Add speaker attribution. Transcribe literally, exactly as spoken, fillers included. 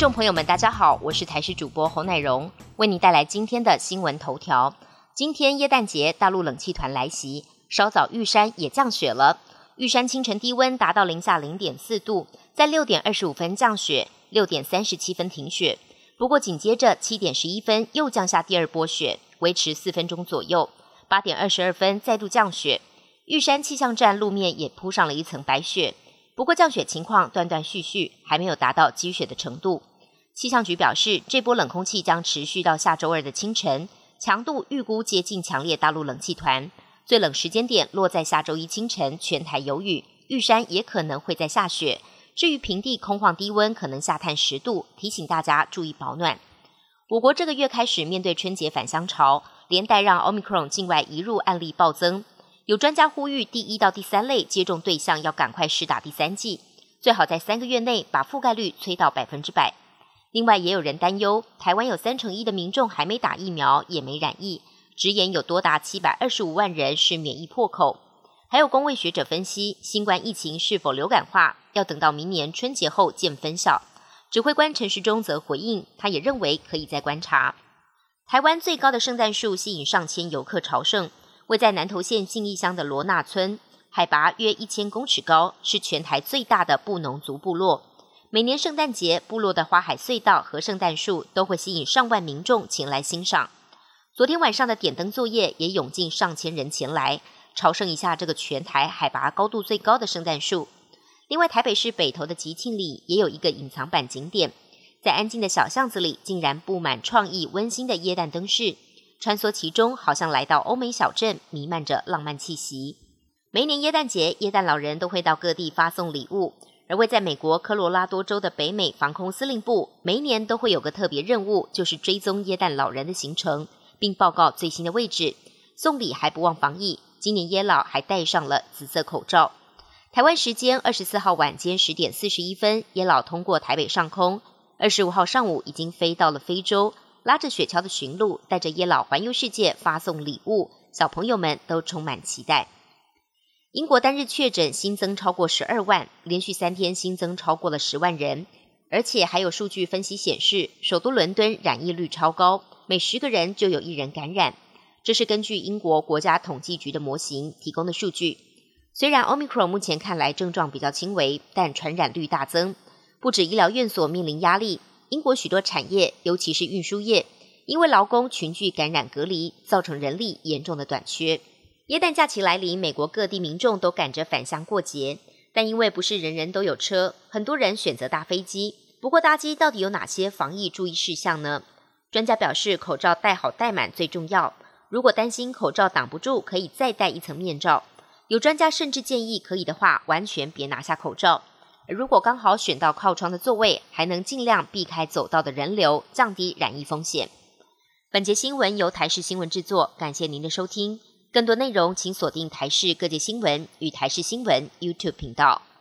Speaker 1: 众朋友们大家好，我是台视主播侯乃荣，为您带来今天的新闻头条。今天耶诞节，大陆冷气团来袭，稍早玉山也降雪了。玉山清晨低温达到零下 零点四度，在六点二十五分降雪，六点三十七分停雪。不过紧接着七点十一分又降下第二波雪，维持四分钟左右。八点二十二分再度降雪，玉山气象站路面也铺上了一层白雪。不过降雪情况断断续续，还没有达到积雪的程度。气象局表示，这波冷空气将持续到下周二的清晨，强度预估接近强烈大陆冷气团。最冷时间点落在下周一清晨，全台有雨，玉山也可能会在下雪。至于平地空旷低温可能下探十度，提醒大家注意保暖。我国这个月开始面对春节返乡潮，连带让 Omicron 境外移入案例暴增。有专家呼吁，第一到第三类接种对象要赶快施打第三剂，最好在三个月内把覆盖率催到百分之百。另外，也有人担忧，台湾有三成一的民众还没打疫苗，也没染疫，直言有多达七百二十五万人是免疫破口。还有公卫学者分析，新冠疫情是否流感化，要等到明年春节后见分晓。指挥官陈时中则回应，他也认为可以再观察。台湾最高的圣诞树吸引上千游客朝圣。位在南投县信义乡的罗纳村，海拔约一千公尺高，是全台最大的布农族部落。每年圣诞节，部落的花海隧道和圣诞树都会吸引上万民众前来欣赏。昨天晚上的点灯作业也涌进上千人前来，朝圣一下这个全台海拔高度最高的圣诞树。另外，台北市北投的集庆里也有一个隐藏版景点，在安静的小巷子里，竟然布满创意温馨的耶诞灯饰。穿梭其中，好像来到欧美小镇，弥漫着浪漫气息。每一年耶诞节，耶诞老人都会到各地发送礼物，而位在美国科罗拉多州的北美防空司令部，每一年都会有个特别任务，就是追踪耶诞老人的行程，并报告最新的位置。送礼还不忘防疫，今年耶老还戴上了紫色口罩。台湾时间二十四号晚间十点四十一分，耶老通过台北上空，二十五号上午已经飞到了非洲。拉着雪橇的驯鹿，带着耶老环游世界，发送礼物，小朋友们都充满期待。英国单日确诊新增超过十二万，连续三天新增超过了十万人，而且还有数据分析显示，首都伦敦染疫率超高，每十个人就有一人感染。这是根据英国国家统计局的模型提供的数据。虽然 Omicron 目前看来症状比较轻微，但传染率大增，不止医疗院所面临压力。英国许多产业，尤其是运输业，因为劳工群聚感染隔离，造成人力严重的短缺。耶诞假期来临，美国各地民众都赶着返乡过节，但因为不是人人都有车，很多人选择搭飞机。不过搭机到底有哪些防疫注意事项呢？专家表示，口罩戴好戴满最重要。如果担心口罩挡不住，可以再戴一层面罩。有专家甚至建议，可以的话，完全别拿下口罩。如果刚好选到靠窗的座位，还能尽量避开走道的人流，降低染疫风险。本节新闻由台视新闻制作，感谢您的收听。更多内容请锁定台视各界新闻与台视新闻 YouTube 频道。